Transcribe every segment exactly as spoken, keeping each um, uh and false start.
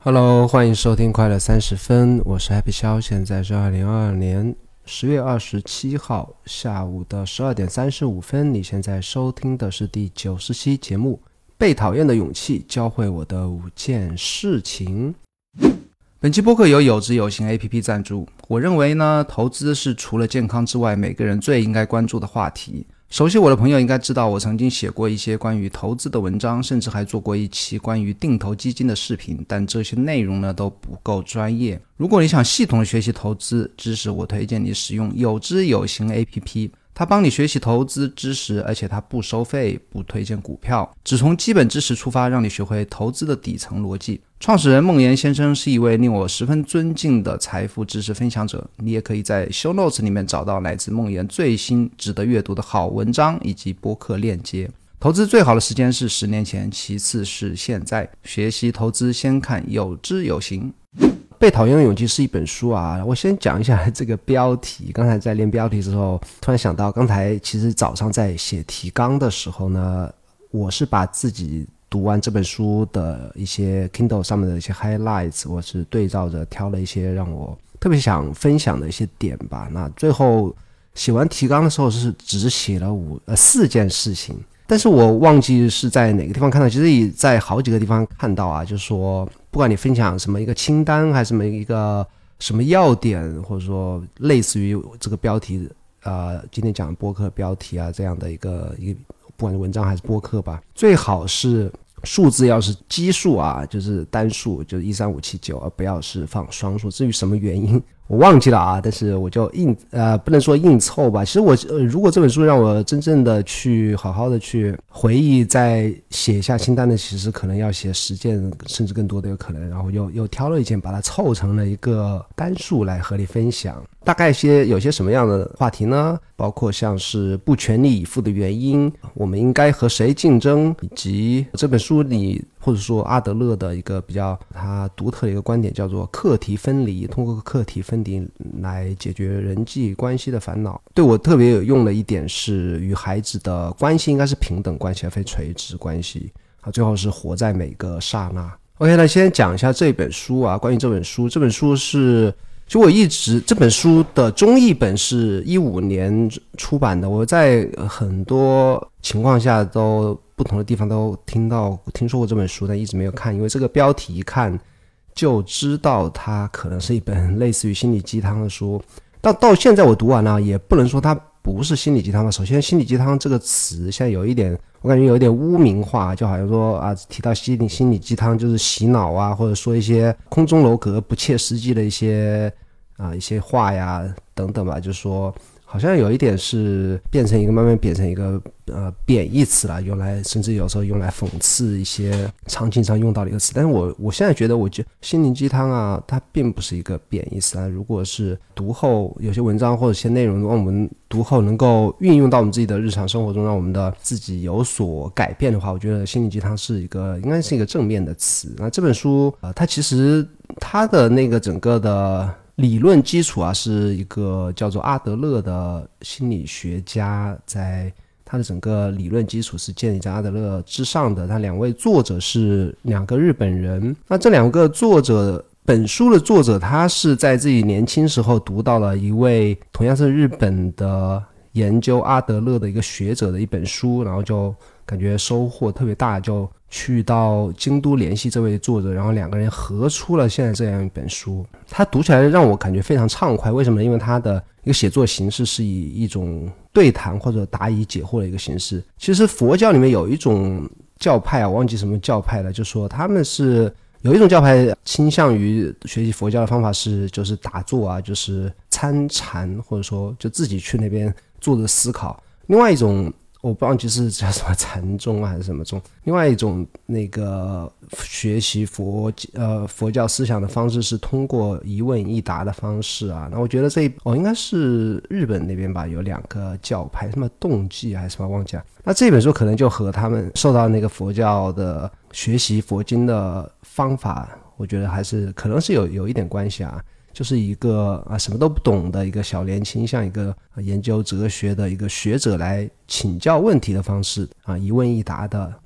Hello， 欢迎收听快乐三十分，我是 Happy 肖，现在是二零二二年十月二十七号下午的十二点三十五分。你现在收听的是第九十期节目《被讨厌的勇气：教会我的五件事情》。 本期播客由有知有行 A P P 赞助。我认为呢，投资是除了健康之外，每个人最应该关注的话题。熟悉我的朋友应该知道，我曾经写过一些关于投资的文章，甚至还做过一期关于定投基金的视频，但这些内容呢都不够专业。如果你想系统的学习投资知识，我推荐你使用有知有行 A P P， 它帮你学习投资知识，而且它不收费，不推荐股票，只从基本知识出发，让你学会投资的底层逻辑。创始人孟岩先生是一位令我十分尊敬的财富知识分享者，你也可以在 show notes 里面找到来自孟岩最新值得阅读的好文章以及播客链接。投资最好的时间是十年前，其次是现在。学习投资先看有知有行。 被讨厌的勇气是一本书啊，我先讲一下这个标题。刚才在练标题的时候，突然想到，刚才其实早上在写提纲的时候呢，我是把自己读完这本书的一些 Kindle 上面的一些 highlights， 我是对照着挑了一些让我特别想分享的一些点吧。那最后写完提纲的时候是只写了五呃四件事情，但是我忘记是在哪个地方看到，其实也在好几个地方看到啊，就是说不管你分享什么一个清单，还是什么一个什么要点，或者说类似于这个标题，呃，今天讲播客标题啊这样的一个一个，不管是文章还是播客吧，最好是数字要是奇数啊，就是单数，就是一三五七九，而不要是放双数。至于什么原因我忘记了啊，但是我就硬呃不能说硬凑吧。其实我、呃、如果这本书让我真正的去好好的去回忆，再写下清单的，其实可能要写十件甚至更多的有可能。然后又又挑了一件，把它凑成了一个单数来和你分享。大概些有些什么样的话题呢？包括像是不全力以赴的原因，我们应该和谁竞争，以及这本书里或者说阿德勒的一个比较他独特的一个观点，叫做课题分离，通过课题分离来解决人际关系的烦恼。对我特别有用的一点是，与孩子的关系应该是平等关系而非垂直关系。好，最后是活在每个刹那。 OK， 那先讲一下这本书啊，关于这本书这本书是其实我一直这本书的中译本是一五年出版的，我在很多情况下都不同的地方都听到听说过这本书，但一直没有看，因为这个标题一看就知道它可能是一本类似于心理鸡汤的书。到到现在我读完了，也不能说它不是心理鸡汤吧。首先心理鸡汤这个词现在有一点，我感觉有一点污名化，就好像说啊，提到心理心理鸡汤就是洗脑啊，或者说一些空中楼阁不切实际的一些啊一些话呀等等吧，就是说好像有一点是变成一个慢慢变成一个呃贬义词了，用来甚至有时候用来讽刺一些场景上用到的一个词。但是我我现在觉得，我觉得心灵鸡汤啊，它并不是一个贬义词啊。如果是读后有些文章或者一些内容，让我们读后能够运用到我们自己的日常生活中，让我们的自己有所改变的话，我觉得心灵鸡汤是一个应该是一个正面的词。那这本书呃，它其实它的那个整个的理论基础啊，是一个叫做阿德勒的心理学家，在他的整个理论基础是建立在阿德勒之上的。他两位作者是两个日本人，那这两个作者，本书的作者他是在自己年轻时候读到了一位同样是日本的研究阿德勒的一个学者的一本书，然后就感觉收获特别大，就去到京都联系这位作者，然后两个人合出了现在这样一本书。他读起来让我感觉非常畅快，为什么呢？因为他的一个写作形式是以一种对谈或者答疑解惑的一个形式。其实佛教里面有一种教派啊，我忘记什么教派了，就说他们是有一种教派倾向于学习佛教的方法是就是打坐啊，就是参禅，或者说就自己去那边坐着思考。另外一种我不忘记是叫什么禅宗还是什么宗，另外一种那个学习佛呃佛教思想的方式是通过一问一答的方式啊。那我觉得这哦应该是日本那边吧，有两个教派，什么动机还是什么忘记了。那这本书可能就和他们受到那个佛教的学习佛经的方法，我觉得还是可能是有有一点关系啊。就是一个啊什么都不懂的一个小年轻，像一个研究哲学的一个学者来请教问题的方式啊，一问一答的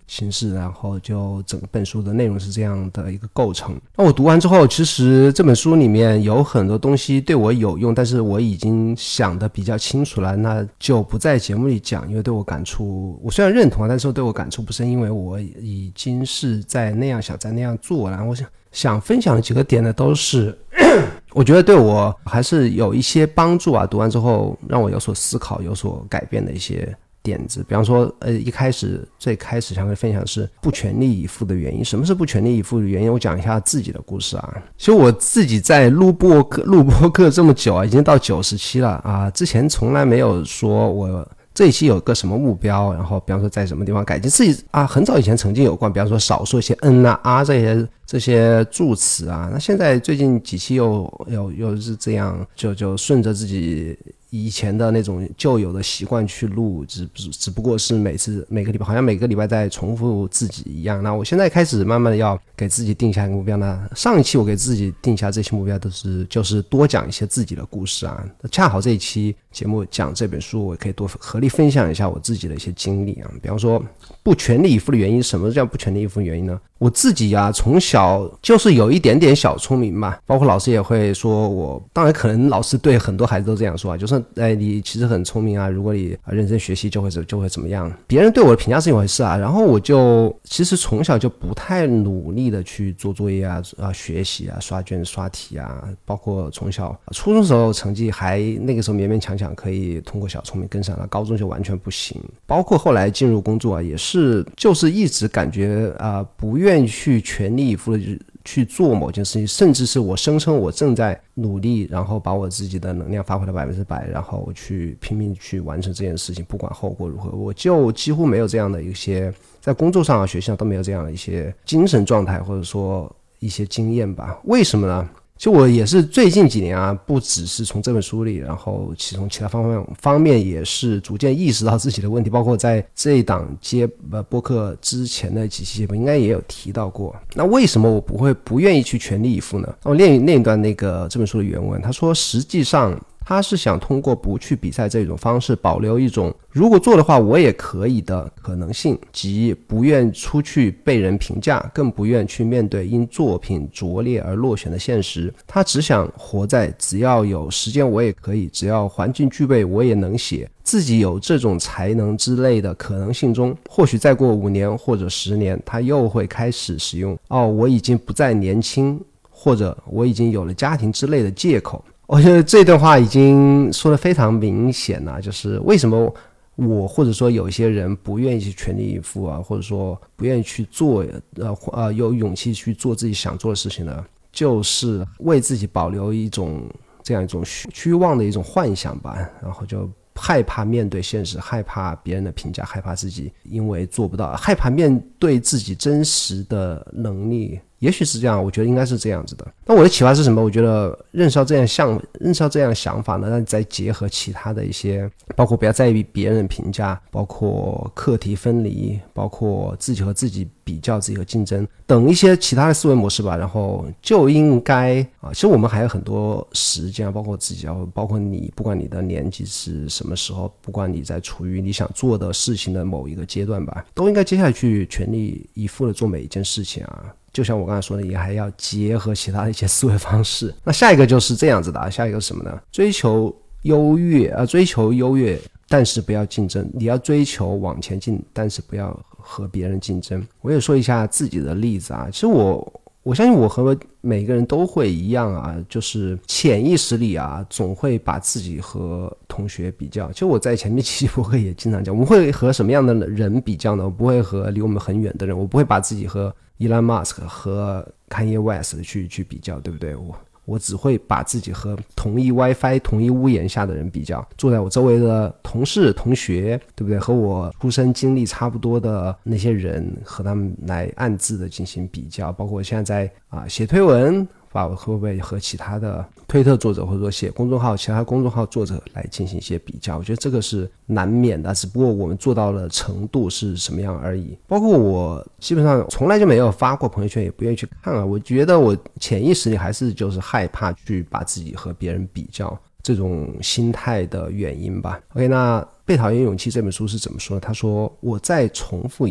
形式，然后就整本书的内容是这样的一个构成。那我读完之后，其实这本书里面有很多东西对我有用，但是我已经想得比较清楚了，那就不在节目里讲，因为对我感触，我虽然认同，但是对我感触不深，因为我已经是在那样想，在那样做。然后我想想分享的几个点呢，都是我觉得对我还是有一些帮助啊，读完之后让我有所思考，有所改变的一些点子。比方说呃，一开始最开始想跟分享的是不全力以赴的原因。什么是不全力以赴的原因？我讲一下自己的故事啊。其实我自己在录播客录播客这么久啊，已经到九十期了啊，之前从来没有说我这一期有个什么目标，然后比方说在什么地方改进自己啊，很早以前曾经有过，比方说少说一些嗯啊啊这些这些助词啊。那现在最近几期又又又是这样，就就顺着自己以前的那种旧有的习惯去录，只只不过是每次每个礼拜好像每个礼拜在重复自己一样。那我现在开始慢慢的要给自己定下一个目标呢。上一期我给自己定下这些目标都是就是多讲一些自己的故事啊。恰好这一期节目讲这本书，我可以多合力分享一下我自己的一些经历啊。比方说不全力以赴的原因，什么叫不全力以赴的原因呢？我自己啊，从小就是有一点点小聪明吧，包括老师也会说我，当然可能老师对很多孩子都这样说啊，就是哎，你其实很聪明啊，如果你认真学习就会就会怎么样。别人对我的评价是一回事啊，然后我就其实从小就不太努力的去做作业啊、啊学习啊、刷卷刷题啊，包括从小初中时候成绩还那个时候勉勉强强可以通过小聪明跟上了，高中就完全不行。包括后来进入工作啊，也是就是一直感觉啊、呃、不愿意去全力以赴的去做某件事情，甚至是我声称我正在努力，然后把我自己的能量发挥到百分之百，然后我去拼命去完成这件事情，不管后果如何，我就几乎没有这样的一些在工作上啊、学习上都没有这样的一些精神状态，或者说一些经验吧。为什么呢？其实我也是最近几年啊，不只是从这本书里，然后其从其他方面方面也是逐渐意识到自己的问题，包括在这一档接呃播客之前的几期节目应该也有提到过。那为什么我不会不愿意去全力以赴呢？我念念一段那个这本书的原文，他说实际上他是想通过不去比赛这种方式保留一种如果做的话我也可以的可能性，即不愿出去被人评价，更不愿去面对因作品拙劣而落选的现实。他只想活在只要有时间我也可以，只要环境具备我也能写，自己有这种才能之类的可能性中。或许再过五年或者十年，他又会开始使用哦我已经不再年轻，或者我已经有了家庭之类的借口。我觉得这段话已经说得非常明显了，就是为什么我或者说有一些人不愿意去全力以赴啊，或者说不愿意去做呃呃有勇气去做自己想做的事情呢，就是为自己保留一种这样一种虚妄的一种幻想吧，然后就害怕面对现实，害怕别人的评价，害怕自己因为做不到，害怕面对自己真实的能力。也许是这样，我觉得应该是这样子的。那我的启发是什么？我觉得认识到这样想认识到这样的想法呢，那再结合其他的一些，包括不要在意别人的评价，包括课题分离，包括自己和自己比较，自己和竞争等一些其他的思维模式吧，然后就应该啊，其实我们还有很多时间，包括自己，包括你，不管你的年纪是什么时候，不管你在处于你想做的事情的某一个阶段吧，都应该接下来去全力以赴的做每一件事情啊。就像我刚才说的，也还要结合其他的一些思维方式。那下一个就是这样子的啊，下一个是什么呢？追求优越啊，追求优越，但是不要竞争。你要追求往前进，但是不要和别人竞争。我也说一下自己的例子啊，其实我我相信我和每个人都会一样啊，就是潜意识里啊，总会把自己和同学比较。其实我在前面期播客也经常讲，我们会和什么样的人比较呢？我不会和离我们很远的人，我不会把自己和Elon Musk 和 Kanye West 去去比较，对不对？我我只会把自己和同一 WiFi 同一屋檐下的人比较，坐在我周围的同事同学，对不对？和我出生经历差不多的那些人，和他们来暗自的进行比较。包括我现在在啊写推文，把我会不会和其他的推特作者或者说写公众号其他公众号作者来进行一些比较，我觉得这个是难免的，只不过我们做到的程度是什么样而已。包括我基本上从来就没有发过朋友圈，也不愿意去看啊。我觉得我潜意识里还是就是害怕去把自己和别人比较这种心态的原因吧。 OK， 那被讨厌勇气这本书是怎么说呢？他说我再重复一遍，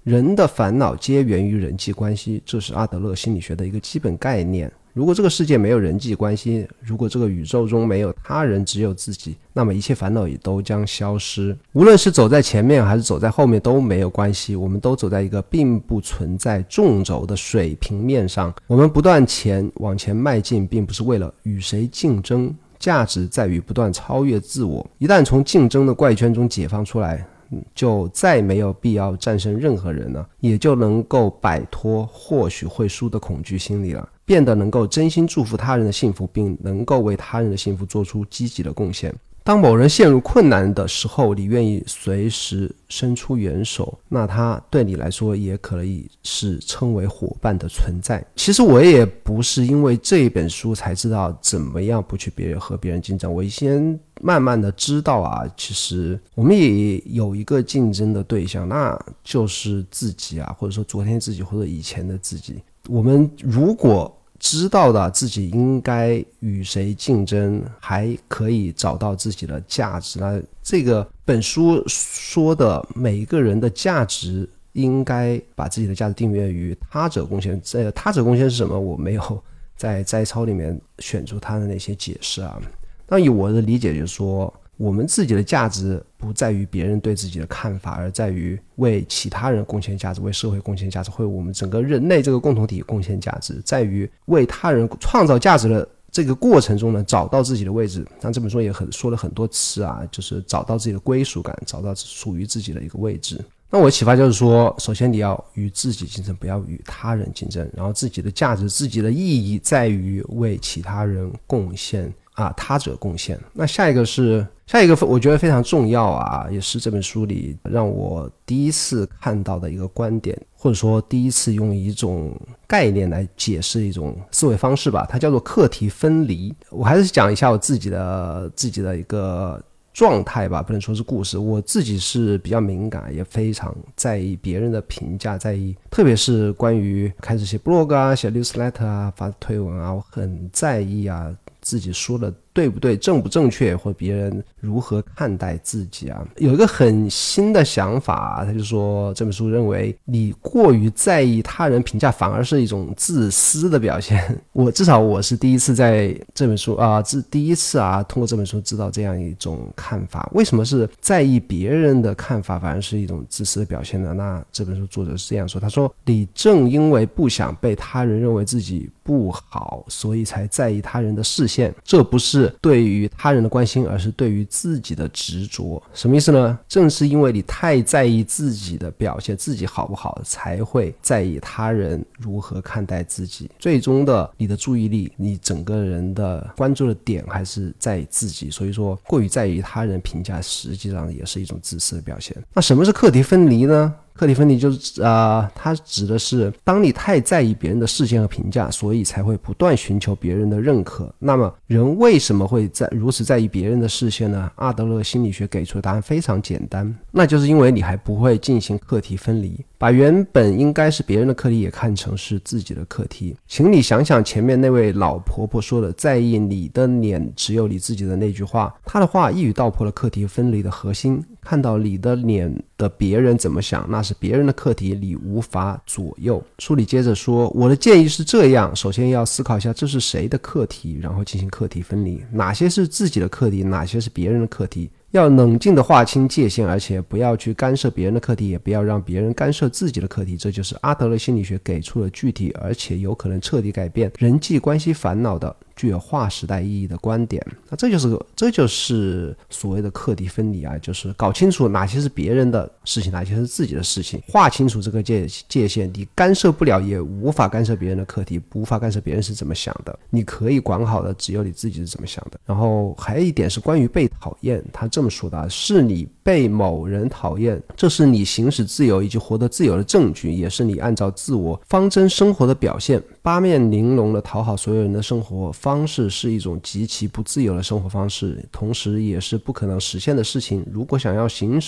人的烦恼皆源于人际关系，这是阿德勒心理学的一个基本概念。如果这个世界没有人际关系，如果这个宇宙中没有他人，只有自己，那么一切烦恼也都将消失。无论是走在前面还是走在后面都没有关系，我们都走在一个并不存在纵轴的水平面上。我们不断前往前迈进，并不是为了与谁竞争，价值在于不断超越自我。一旦从竞争的怪圈中解放出来，就再没有必要战胜任何人了，也就能够摆脱或许会输的恐惧心理了，变得能够真心祝福他人的幸福，并能够为他人的幸福做出积极的贡献。当某人陷入困难的时候，你愿意随时伸出援手，那他对你来说也可以是称为伙伴的存在。其实我也不是因为这一本书才知道怎么样不去别人和别人竞争，我先慢慢的知道啊，其实我们也有一个竞争的对象，那就是自己啊，或者说昨天自己或者以前的自己。我们如果知道的自己应该与谁竞争，还可以找到自己的价值，那这个本书说的每一个人的价值应该把自己的价值定位于他者贡献。这他者贡献是什么，我没有在摘抄里面选出他的那些解释啊。那以我的理解就是说，我们自己的价值不在于别人对自己的看法，而在于为其他人贡献价值，为社会贡献价值，为我们整个人类这个共同体贡献价值，在于为他人创造价值的这个过程中呢，找到自己的位置。那这本书也很说了很多次啊，就是找到自己的归属感，找到属于自己的一个位置。那我的启发就是说，首先你要与自己竞争，不要与他人竞争，然后自己的价值，自己的意义在于为其他人贡献啊，他者贡献。那下一个是下一个我觉得非常重要啊，也是这本书里让我第一次看到的一个观点，或者说第一次用一种概念来解释一种思维方式吧，它叫做课题分离。我还是讲一下我自己的自己的一个状态吧，不能说是故事。我自己是比较敏感，也非常在意别人的评价，在意特别是关于开始写 blog 啊，写 newsletter 啊，发推文啊，我很在意啊自己说的对不对，正不正确，或别人如何看待自己啊。有一个很新的想法，他就说这本书认为你过于在意他人评价反而是一种自私的表现。我至少我是第一次在这本书啊，第一次啊通过这本书知道这样一种看法。为什么是在意别人的看法反而是一种自私的表现呢？那这本书作者是这样说，他说你正因为不想被他人认为自己不好，所以才在意他人的视线，这不是对于他人的关心，而是对于自己的执着。什么意思呢？正是因为你太在意自己的表现，自己好不好，才会在意他人如何看待自己。最终的你的注意力，你整个人的关注的点还是在自己，所以说过于在意他人评价实际上也是一种自私的表现。那什么是课题分离呢？课题分离就是呃，它指的是当你太在意别人的视线和评价，所以才会不断寻求别人的认可。那么人为什么会在如此在意别人的视线呢？阿德勒心理学给出的答案非常简单，那就是因为你还不会进行课题分离，把原本应该是别人的课题也看成是自己的课题。请你想想前面那位老婆婆说的在意你的脸只有你自己的那句话，她的话一语道破了课题分离的核心。看到你的脸的别人怎么想，那是别人的课题，你无法左右。书里接着说，我的建议是这样，首先要思考一下这是谁的课题，然后进行课题分离，哪些是自己的课题，哪些是别人的课题。要冷静地划清界限，而且不要去干涉别人的课题，也不要让别人干涉自己的课题。这就是阿德勒心理学给出了具体而且有可能彻底改变人际关系烦恼的具有划时代意义的观点。那这就是这就是所谓的课题分离啊，就是搞清楚哪些是别人的事情，哪些是自己的事情，划清楚这个界界限。你干涉不了，也无法干涉别人的课题，无法干涉别人是怎么想的，你可以管好的只有你自己是怎么想的。然后还有一点是关于被讨厌，他这么说的，是你被某人讨厌，这是你行使自由以及活得自由的证据，也是你按照自我方针生活的表现。八面玲珑的讨好所有人的生活方式是一种极其不自由的生活方式，同时也是不可能实现的事情。如果想要行使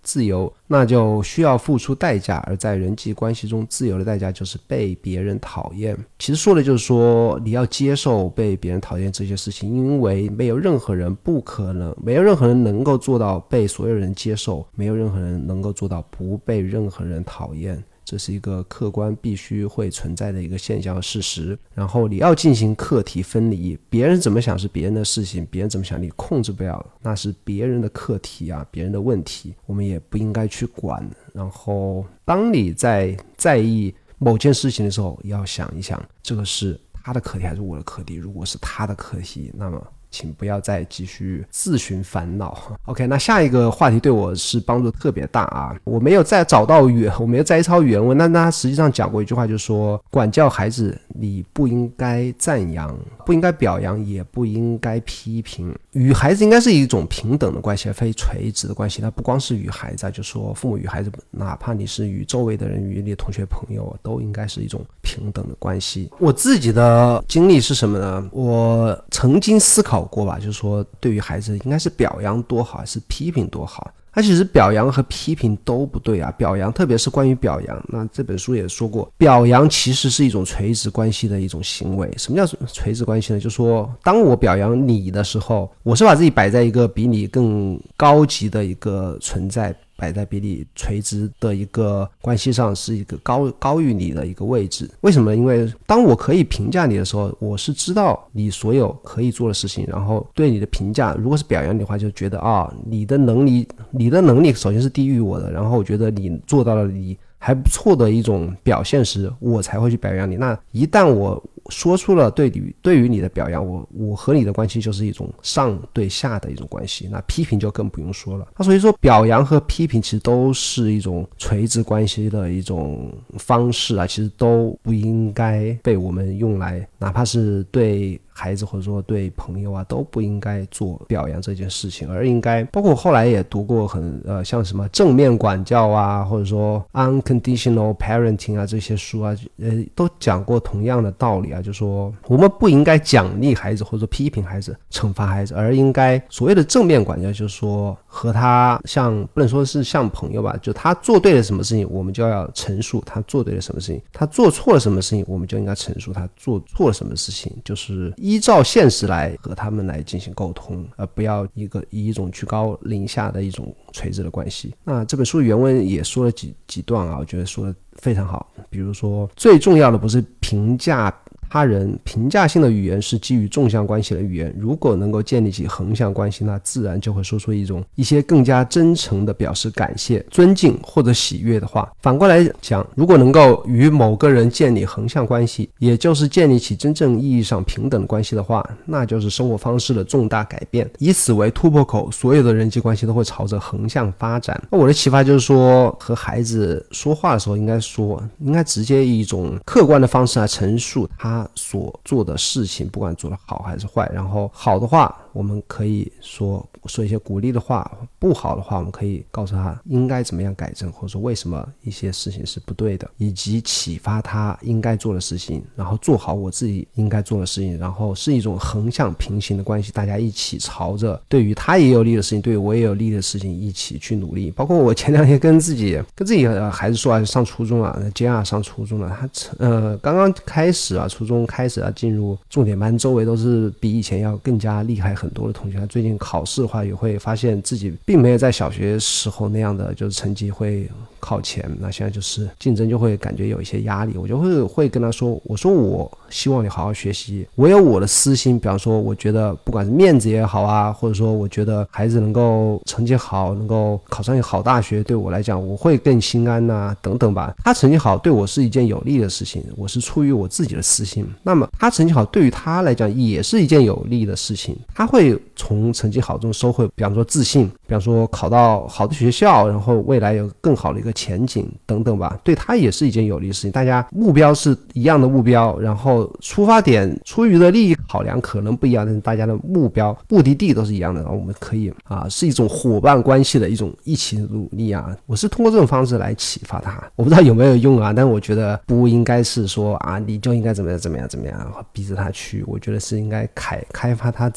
自由，那就需要付出代价，而在人际关系中，自由的代价就是被别人讨厌。其实说的就是说，你要接受被别人讨厌这些事情，因为没有任何人不可能，没有任何人能够做到被所有人接受，没有任何人能够做到不被任何人讨厌。这是一个客观必须会存在的一个现象和事实，然后你要进行课题分离，别人怎么想是别人的事情，别人怎么想你控制不了，那是别人的课题啊，别人的问题，我们也不应该去管。然后当你在在意某件事情的时候，要想一想，这个是他的课题还是我的课题，如果是他的课题，那么请不要再继续自寻烦恼。 OK， 那下一个话题对我是帮助特别大啊，我没有再找到原我没有摘抄原文，但他实际上讲过一句话，就是说管教孩子你不应该赞扬，不应该表扬，也不应该批评，与孩子应该是一种平等的关系，而非垂直的关系。那不光是与孩子，就说父母与孩子，哪怕你是与周围的人，与你的同学朋友，都应该是一种平等的关系。我自己的经历是什么呢？我曾经思考过吧，就是说对于孩子应该是表扬多好还是批评多好。那其实表扬和批评都不对啊，表扬特别是关于表扬，那这本书也说过，表扬其实是一种垂直关系的一种行为。什么叫垂直关系呢？就是说当我表扬你的时候，我是把自己摆在一个比你更高级的一个存在，摆在比你垂直的一个关系上，是一个高高于你的一个位置。为什么呢？因为当我可以评价你的时候，我是知道你所有可以做的事情，然后对你的评价，如果是表扬你的话，就觉得啊，你的能力你的能力首先是低于我的，然后我觉得你做到了你还不错的一种表现时，我才会去表扬你。那一旦我说出了对你对于你的表扬，我我和你的关系就是一种上对下的一种关系，那批评就更不用说了。那所以说表扬和批评其实都是一种垂直关系的一种方式啊，其实都不应该被我们用来，哪怕是对孩子或者说对朋友啊，都不应该做表扬这件事情，而应该包括我后来也读过很呃像什么正面管教啊，或者说 unconditional parenting 啊这些书啊，呃都讲过同样的道理啊，就说我们不应该奖励孩子或者说批评孩子惩罚孩子，而应该所谓的正面管教，就是说和他像不能说是像朋友吧，就他做对了什么事情我们就要陈述他做对了什么事情，他做错了什么事情我们就应该陈述他做错了什么事情，就是依照现实来和他们来进行沟通，而不要一个以一种居高临下的一种垂直的关系。那这本书原文也说了几几段啊，我觉得说的非常好。比如说最重要的不是评价他人，评价性的语言是基于纵向关系的语言，如果能够建立起横向关系，那自然就会说出一种一些更加真诚的表示感谢、尊敬或者喜悦的话。反过来讲，如果能够与某个人建立横向关系，也就是建立起真正意义上平等的关系的话，那就是生活方式的重大改变，以此为突破口，所有的人际关系都会朝着横向发展。那我的启发就是说，和孩子说话的时候应该说应该直接以一种客观的方式来陈述他所做的事情，不管做得好还是坏，然后好的话我们可以说说一些鼓励的话，不好的话我们可以告诉他应该怎么样改正，或者说为什么一些事情是不对的，以及启发他应该做的事情，然后做好我自己应该做的事情，然后是一种横向平行的关系，大家一起朝着对于他也有利的事情，对于我也有利的事情一起去努力。包括我前两天跟自己跟自己孩子说啊，上初中啊，接下上初中了，他呃刚刚开始啊，初中开始啊进入重点班，周围都是比以前要更加厉害很多的同学，他最近考试的话也会发现自己并没有在小学时候那样的就是成绩会靠前，那现在就是竞争就会感觉有一些压力，我就会会跟他说，我说我希望你好好学习，我有我的私心，比方说我觉得不管是面子也好啊，或者说我觉得孩子能够成绩好，能够考上一个好大学，对我来讲我会更心安啊等等吧。他成绩好对我是一件有利的事情，我是出于我自己的私心，那么他成绩好对于他来讲也是一件有利的事情，他会从成绩好中收获比方说自信，比方说考到好的学校，然后未来有更好的一个前景等等吧，对他也是一件有利的事情。大家目标是一样的目标，然后出发点出于的利益考量可能不一样，但是大家的目标目的地都是一样的，然后我们可以啊是一种伙伴关系的一种一起努力啊。我是通过这种方式来启发他，我不知道有没有用啊，但我觉得不应该是说啊你就应该怎么样怎么样怎么样逼着他去，我觉得是应该开开发他自己的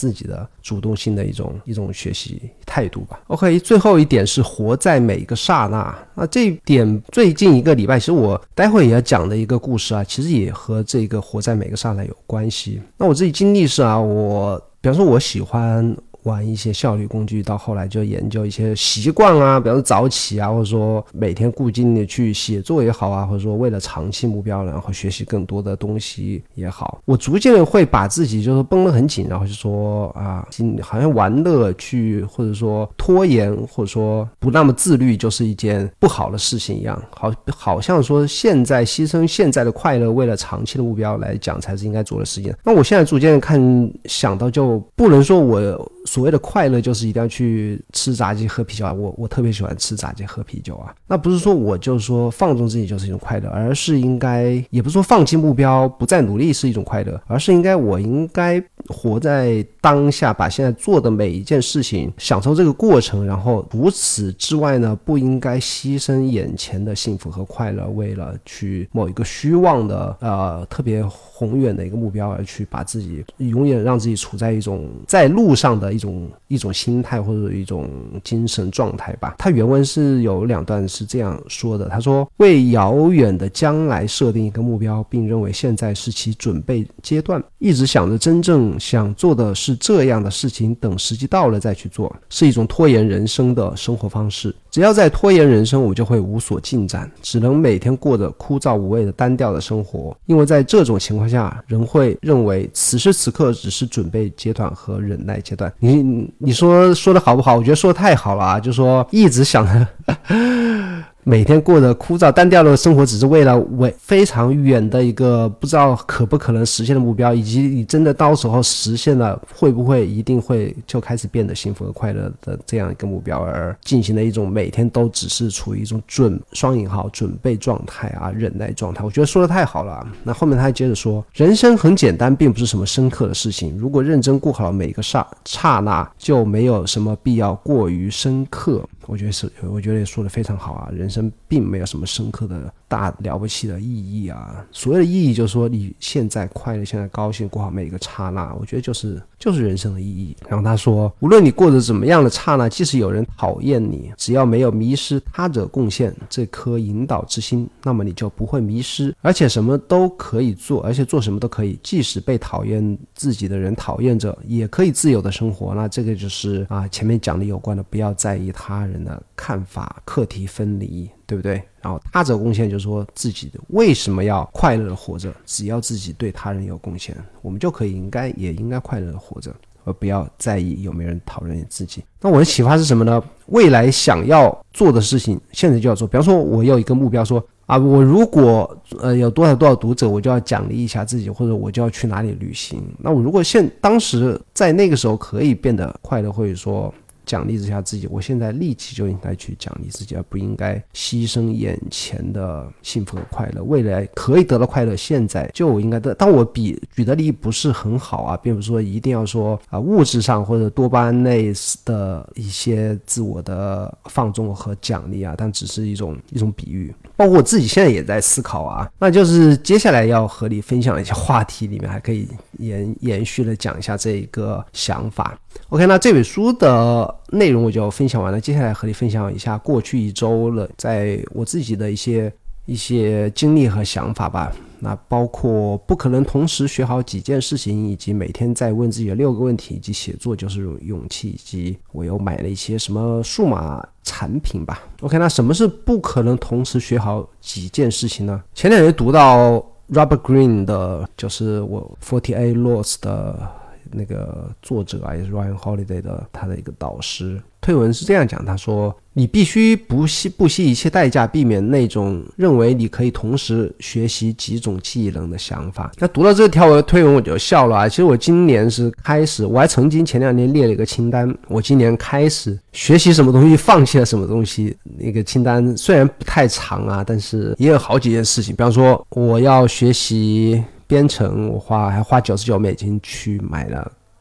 的主动性的一种一种学习态度吧。 OK， 最后一点是活在每个刹那。那这一点最近一个礼拜其实我待会也要讲的一个故事啊，其实也和这个活在每个刹那有关系。那我自己经历是啊，我比方说我喜欢玩一些效率工具，到后来就研究一些习惯啊，比方说早起啊，或者说每天固定的去写作也好啊，或者说为了长期目标然后学习更多的东西也好，我逐渐会把自己就是绷得很紧，然后就说啊，好像玩乐去或者说拖延或者说不那么自律就是一件不好的事情一样，好好像说现在牺牲现在的快乐为了长期的目标来讲才是应该做的事情。那我现在逐渐看想到就不能说我所谓的快乐就是一定要去吃炸鸡喝啤酒啊，我我特别喜欢吃炸鸡喝啤酒啊，那不是说我就说放纵自己就是一种快乐，而是应该也不是说放弃目标不再努力是一种快乐，而是应该我应该活在当下，把现在做的每一件事情享受这个过程，然后除此之外呢不应该牺牲眼前的幸福和快乐，为了去某一个虚妄的呃特别宏远的一个目标而去把自己永远让自己处在一种在路上的一种一种心态或者一种精神状态吧。他原文是有两段是这样说的，他说为遥远的将来设定一个目标，并认为现在是其准备阶段，一直想着真正想做的是这样的事情，等时机到了再去做，是一种拖延人生的生活方式。只要在拖延人生，我就会无所进展，只能每天过着枯燥无味的单调的生活。因为在这种情况下，人会认为此时此刻只是准备阶段和忍耐阶段。你你说说的好不好？我觉得说的太好了啊！就说一直想着每天过着枯燥单调的生活，只是为了为非常远的一个不知道可不可能实现的目标，以及你真的到时候实现了会不会一定会就开始变得幸福和快乐的这样一个目标，而进行了一种每天都只是处于一种准双引号准备状态啊，忍耐状态。我觉得说的太好了。那后面他还接着说，人生很简单，并不是什么深刻的事情，如果认真过好了每个刹刹那，就没有什么必要过于深刻。我觉得是，我觉得也说得非常好啊。人生并没有什么深刻的大了不起的意义啊。所谓的意义就是说，你现在快乐，现在高兴，过好每一个刹那，我觉得就是就是人生的意义。然后他说，无论你过着怎么样的刹那，即使有人讨厌你，只要没有迷失他者贡献这颗引导之心，那么你就不会迷失，而且什么都可以做，而且做什么都可以。即使被讨厌自己的人讨厌着，也可以自由的生活。那这个就是啊，前面讲的有关的，不要在意他人的看法，课题分离，对不对？然后他者贡献就是说自己的为什么要快乐的活着，只要自己对他人有贡献，我们就可以应该也应该快乐的活着，而不要在意有没有人讨厌自己。那我的启发是什么呢？未来想要做的事情现在就要做。比方说我有一个目标说啊，我如果呃有多少多少读者，我就要奖励一下自己，或者我就要去哪里旅行。那我如果现当时在那个时候可以变得快乐，或者说奖励一下自己，我现在立即就应该去奖励自己，而不应该牺牲眼前的幸福和快乐。未来可以得到快乐，现在就应该得。当我比举的例不是很好啊，并不是说一定要说啊物质上或者多巴胺类的一些自我的放纵和奖励啊，但只是一种一种比喻。包括我自己现在也在思考啊，那就是接下来要和你分享一些话题里面，还可以延延续的讲一下这一个想法。OK， 那这本书的内容我就分享完了，接下来和你分享一下过去一周了，在我自己的一些一些经历和想法吧。那包括不可能同时学好几件事情，以及每天在问自己的六个问题，以及写作就是勇气，以及我又买了一些什么数码产品吧。 OK， 那什么是不可能同时学好几件事情呢？前两天读到 Robert Greene 的，就是我四十八 Laws 的那个作者啊，也是 Ryan Holiday 的他的一个导师，推文是这样讲，他说你必须不惜不惜一切代价避免那种认为你可以同时学习几种技能的想法。那读到这条推文我就笑了啊！其实我今年是开始，我还曾经前两年列了一个清单，我今年开始学习什么东西，放弃了什么东西。那个清单虽然不太长啊，但是也有好几件事情，比方说我要学习编程，我花还花九十九美金去买了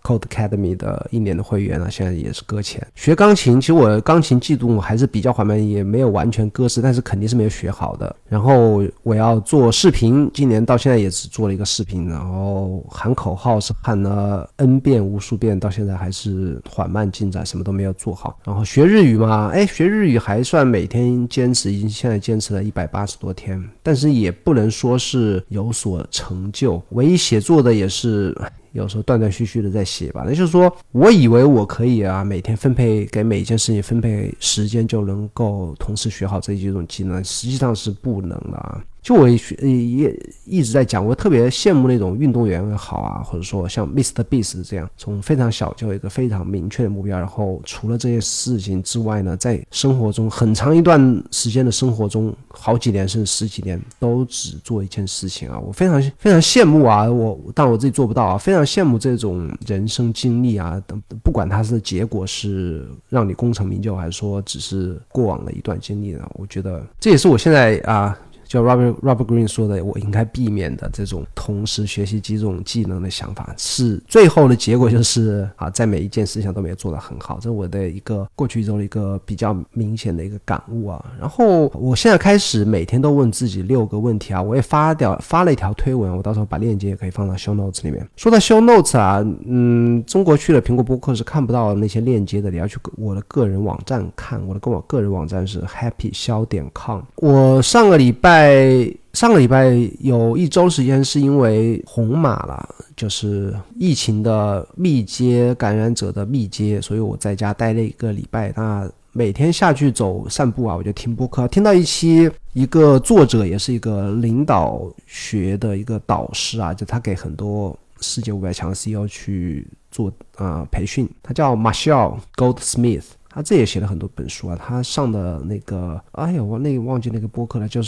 Code Academy 的一年的会员啊，现在也是搁浅。学钢琴，其实我钢琴进度还是比较缓慢，也没有完全搁置，但是肯定是没有学好的。然后我要做视频，今年到现在也只做了一个视频，然后喊口号是喊了 N 遍无数遍，到现在还是缓慢进展，什么都没有做好。然后学日语嘛，哎，学日语还算每天坚持，已经现在坚持了一百八十多天，但是也不能说是有所成就，唯一写作的也是有时候断断续续的在写吧。那就是说我以为我可以啊，每天分配给每一件事情分配时间就能够同时学好这几种技能，实际上是不能的啊。就我也一直在讲，我特别羡慕那种运动员也好啊，或者说像 Mister Beast 这样，从非常小就有一个非常明确的目标，然后除了这些事情之外呢，在生活中很长一段时间的生活中，好几年甚至十几年都只做一件事情啊，我非常非常羡慕啊，我但我自己做不到啊，非常羡慕这种人生经历啊，不管它是结果是让你功成名就，还是说只是过往的一段经历呢，我觉得这也是我现在啊。就 Robert, Robert Greene 说的，我应该避免的这种同时学习几种技能的想法，是最后的结果就是啊，在每一件事情都没有做得很好，这是我的一个过去一周的一个比较明显的一个感悟啊。然后我现在开始每天都问自己六个问题啊，我也发掉发了一条推文，我到时候把链接也可以放到 show notes 里面。说到 show notes 啊，嗯，中国区的苹果播客是看不到那些链接的，你要去我的个人网站看，我的个人网站是 happy 肖点 com。我上个礼拜上个礼拜有一周时间是因为红码了，就是疫情的密接感染者的密接，所以我在家待了一个礼拜。那每天下去走散步啊，我就听播客，听到一期一个作者也是一个领导学的一个导师啊，就他给很多世界五百强 C E O 去做啊、呃、培训，他叫 Marshall Goldsmith。他这也写了很多本书啊，他上的那个，哎呀，我那个忘记那个播客了，就是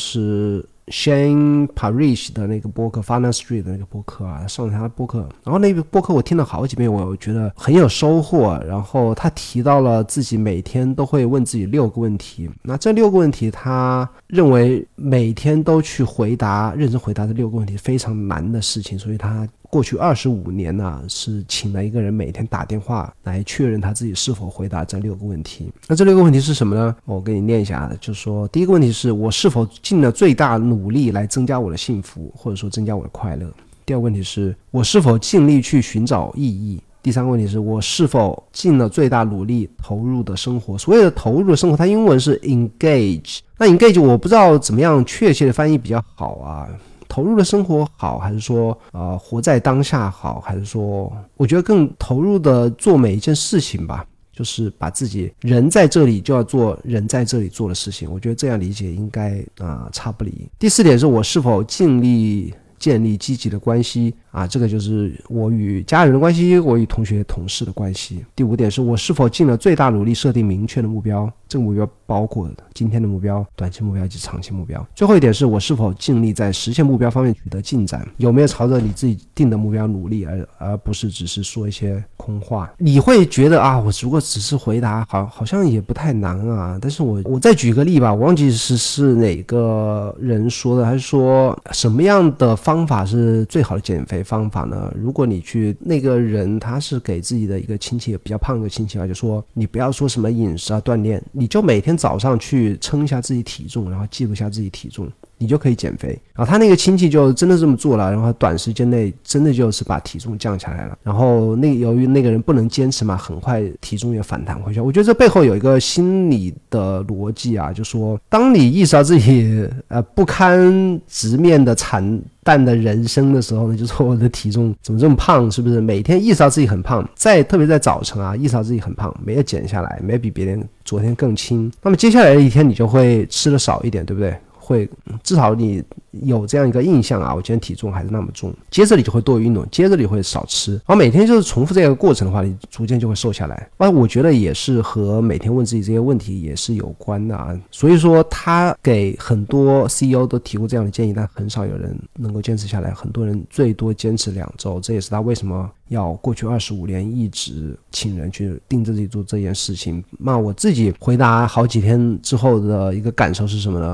Shane Parrish 的那个播客 Finance Street 的那个播客啊，上了他的播客，然后那个播客我听了好几遍，我觉得很有收获。然后他提到了自己每天都会问自己六个问题，那这六个问题他认为每天都去回答，认真回答这六个问题非常难的事情，所以他过去二十五年啊，是请了一个人每天打电话来确认他自己是否回答这六个问题。那这六个问题是什么呢？我给你念一下，就是说第一个问题是我是否尽了最大努力来增加我的幸福，或者说增加我的快乐。第二个问题是我是否尽力去寻找意义。第三个问题是我是否尽了最大努力投入的生活。所谓的投入的生活，它英文是 engage， 那 engage 我不知道怎么样确切的翻译比较好啊，投入的生活好，还是说呃活在当下好，还是说我觉得更投入的做每一件事情吧，就是把自己人在这里就要做人在这里做的事情，我觉得这样理解应该啊、呃、差不离。第四点是我是否尽力建立积极的关系啊，这个就是我与家人的关系，我与同学同事的关系。第五点是我是否尽了最大努力设定明确的目标，这个目标包括今天的目标、短期目标以及长期目标。最后一点是我是否尽力在实现目标方面取得进展，有没有朝着你自己定的目标努力，而而不是只是说一些空话。你会觉得啊，我如果只是回答好好像也不太难啊，但是我我再举个例吧，我忘记是是哪个人说的，还是说什么样的方法是最好的减肥方法呢？如果你去那个人他是给自己的一个亲戚比较胖的亲戚啊，就说你不要说什么饮食啊锻炼，你就每天早上去称一下自己体重，然后记录一下自己体重，你就可以减肥。然后他那个亲戚就真的这么做了，然后短时间内真的就是把体重降下来了。然后那由于那个人不能坚持嘛，很快体重也反弹回去。我觉得这背后有一个心理的逻辑啊，就说当你意识到自己呃不堪直面的惨淡的人生的时候呢，就说我的体重怎么这么胖，是不是每天意识到自己很胖，在特别在早晨啊意识到自己很胖，没有减下来，没有比别人昨天更轻，那么接下来的一天你就会吃的少一点，对不对？会至少你有这样一个印象啊，我今天体重还是那么重，接着你就会多运动，接着你会少吃，然后每天就是重复这个过程的话，你逐渐就会瘦下来。而我觉得也是和每天问自己这些问题也是有关的啊。所以说他给很多 C E O 都提过这样的建议，但很少有人能够坚持下来，很多人最多坚持两周，这也是他为什么要过去二十五年一直请人去盯着自己做这件事情。那我自己回答好几天之后的一个感受是什么呢？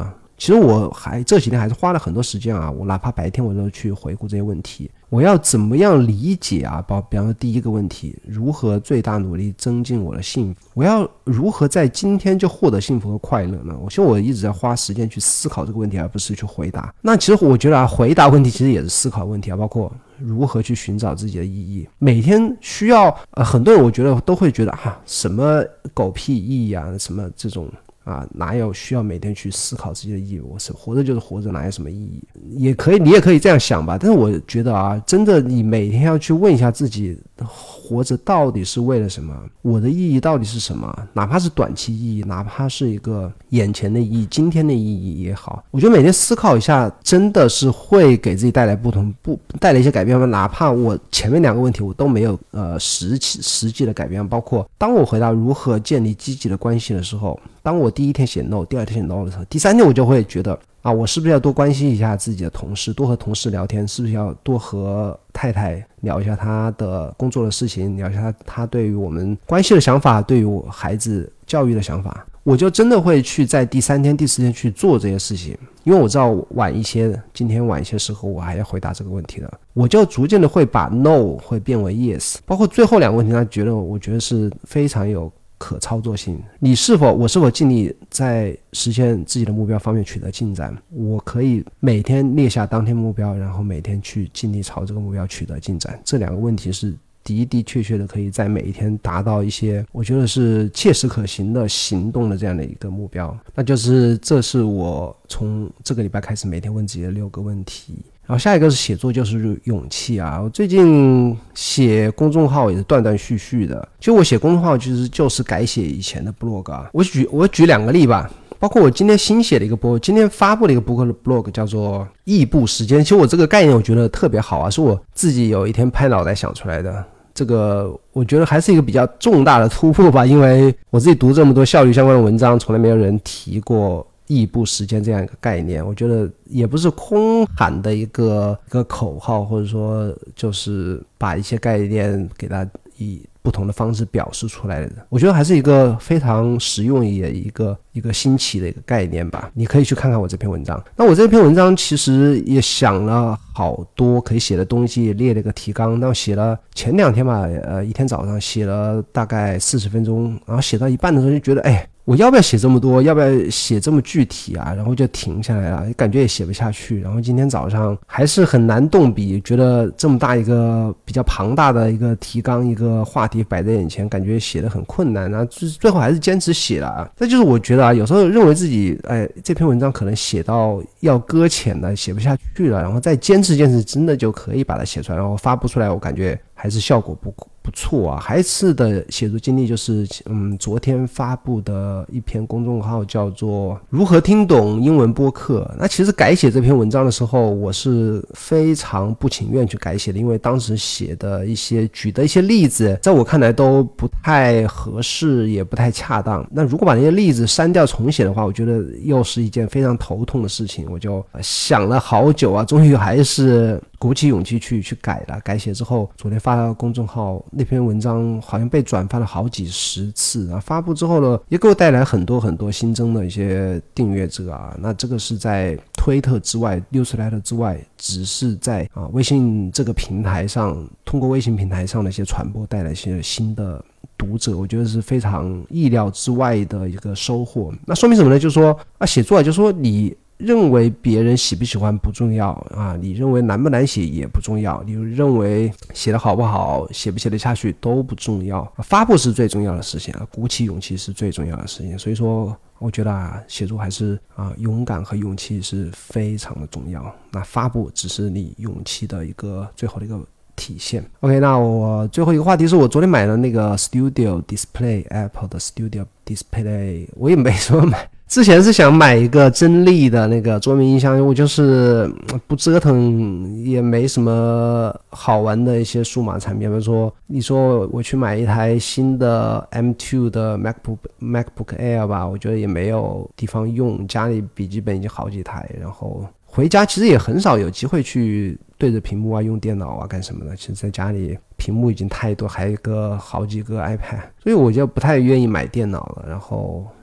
其实我还这几天还是花了很多时间啊，我哪怕白天我都去回顾这些问题，我要怎么样理解啊？比方说第一个问题，如何最大努力增进我的幸福？我要如何在今天就获得幸福和快乐呢？我希望我一直在花时间去思考这个问题，而不是去回答。那其实我觉得啊，回答问题其实也是思考问题啊，包括如何去寻找自己的意义。每天需要呃，很多人我觉得都会觉得啊，什么狗屁意义啊，什么这种。啊，哪有需要每天去思考自己的意义？我是活着就是活着，哪有什么意义？也可以，你也可以这样想吧。但是我觉得啊，真的，你每天要去问一下自己，活着到底是为了什么？我的意义到底是什么？哪怕是短期意义，哪怕是一个眼前的意义、今天的意义也好，我觉得每天思考一下，真的是会给自己带来不同不带来一些改变吗？哪怕我前面两个问题我都没有呃实际实际的改变，包括当我回答如何建立积极的关系的时候。当我第一天写 no， 第二天写 no 的时候，第三天我就会觉得啊，我是不是要多关心一下自己的同事，多和同事聊天，是不是要多和太太聊一下她的工作的事情，聊一下她对于我们关系的想法，对于我孩子教育的想法，我就真的会去在第三天、第四天去做这些事情，因为我知道晚一些，今天晚一些时候我还要回答这个问题的，我就逐渐的会把 no 会变为 yes， 包括最后两个问题，他觉得我觉得是非常有可操作性，你是否我是否尽力在实现自己的目标方面取得进展？我可以每天列下当天目标，然后每天去尽力朝这个目标取得进展。这两个问题是的的确确的可以在每一天达到一些我觉得是切实可行的行动的这样的一个目标。那就是这是我从这个礼拜开始每天问自己的六个问题。然后下一个是写作就是勇气啊，我最近写公众号也是断断续续的，其实我写公众号其实就是改写以前的 blog 啊。我举我举两个例吧，包括我今天新写的一个 blog， 今天发布的一个 blog 叫做异步时间。其实我这个概念我觉得特别好啊，是我自己有一天拍脑袋想出来的。这个我觉得还是一个比较重大的突破吧，因为我自己读这么多效率相关的文章，从来没有人提过异步时间这样一个概念，我觉得也不是空喊的一个一个口号，或者说就是把一些概念给它以不同的方式表示出来的，我觉得还是一个非常实用也一个一个新奇的一个概念吧。你可以去看看我这篇文章。那我这篇文章其实也想了好多可以写的东西，列了一个提纲。那我写了前两天吧，呃，一天早上写了大概四十分钟，然后写到一半的时候就觉得，哎，我要不要写这么多？要不要写这么具体啊？然后就停下来了，感觉也写不下去。然后今天早上还是很难动笔，觉得这么大一个比较庞大的一个提纲，一个话题摆在眼前，感觉写得很困难啊。最后还是坚持写了啊。这就是我觉得啊，有时候认为自己，哎，这篇文章可能写到要搁浅了，写不下去了，然后再坚持坚持，真的就可以把它写出来，然后发布出来，我感觉还是效果不不错啊。还一次的写作经历就是，嗯，昨天发布的一篇公众号叫做如何听懂英文播客。那其实改写这篇文章的时候，我是非常不情愿去改写的，因为当时写的一些举的一些例子，在我看来都不太合适，也不太恰当。那如果把那些例子删掉重写的话，我觉得又是一件非常头痛的事情。我就想了好久啊，终于还是鼓起勇气去去改了。改写之后，昨天发到公众号，那篇文章好像被转发了好几十次啊。发布之后呢，也给我带来很多很多新增的一些订阅者啊。那这个是在推特之外 newsletter 之外，只是在啊微信这个平台上，通过微信平台上的一些传播带来一些新的读者，我觉得是非常意料之外的一个收获。那说明什么呢？就是说啊，写作啊，就是说你认为别人喜不喜欢不重要啊，你认为难不难写也不重要，你认为写得好不好，写不写得下去都不重要，发布是最重要的事情啊，鼓起勇气是最重要的事情。所以说我觉得啊，写作还是啊，勇敢和勇气是非常的重要。那发布只是你勇气的一个最后的一个体现。 OK， 那我最后一个话题是我昨天买了那个 Studio Display， Apple 的 Studio Display， 我也没什么买。之前是想买一个真力的那个桌面音箱，我就是不折腾，也没什么好玩的一些数码产品。比如说你说我去买一台新的 M 二 的 MacBook MacBook Air 吧，我觉得也没有地方用，家里笔记本已经好几台，然后回家其实也很少有机会去对着屏幕啊用电脑啊干什么的，其实在家里屏幕已经太多，还有一个好几个 iPad， 所以我就不太愿意买电脑了。然后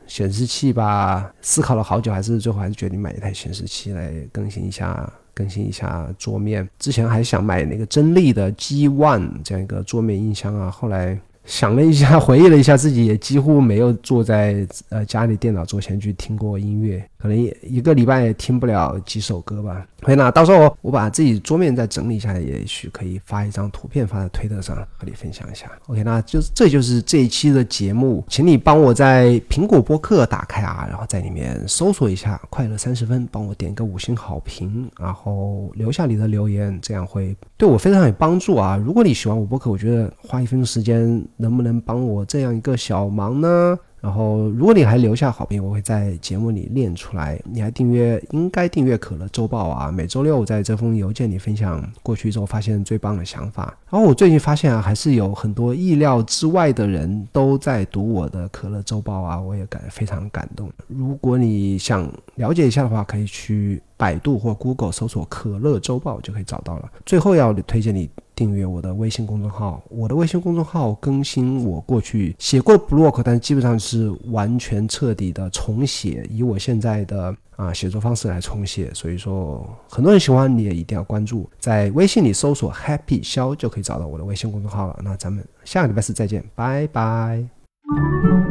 显示器吧，思考了好久，还是最后还是决定买一台显示器来更新一下更新一下桌面。之前还想买那个真力的 G 一 这样一个桌面音箱啊，后来想了一下，回忆了一下，自己也几乎没有坐在呃家里电脑桌前去听过音乐，可能一个礼拜也听不了几首歌吧。所以呢，到时候我把自己桌面再整理一下，也许可以发一张图片发在推特上和你分享一下。 OK， 那就是这就是这一期的节目，请你帮我在苹果播客打开啊，然后在里面搜索一下快乐三十分，帮我点个五星好评，然后留下你的留言，这样会对我非常有帮助啊。如果你喜欢我播客，我觉得花一分钟时间能不能帮我这样一个小忙呢？然后如果你还留下好评，我会在节目里念出来。你还订阅应该订阅可乐周报啊，每周六我在这封邮件里分享过去之后发现最棒的想法。然后我最近发现啊，还是有很多意料之外的人都在读我的可乐周报啊，我也感非常感动。如果你想了解一下的话，可以去百度或 Google 搜索可乐周报就可以找到了。最后要推荐你订阅我的微信公众号，我的微信公众号更新我过去写过的 blog， 但基本上是完全彻底的重写，以我现在的啊写作方式来重写，所以说很多人喜欢，你也一定要关注，在微信里搜索 Happy 肖就可以找到我的微信公众号了。那咱们下个礼拜四再见，拜拜。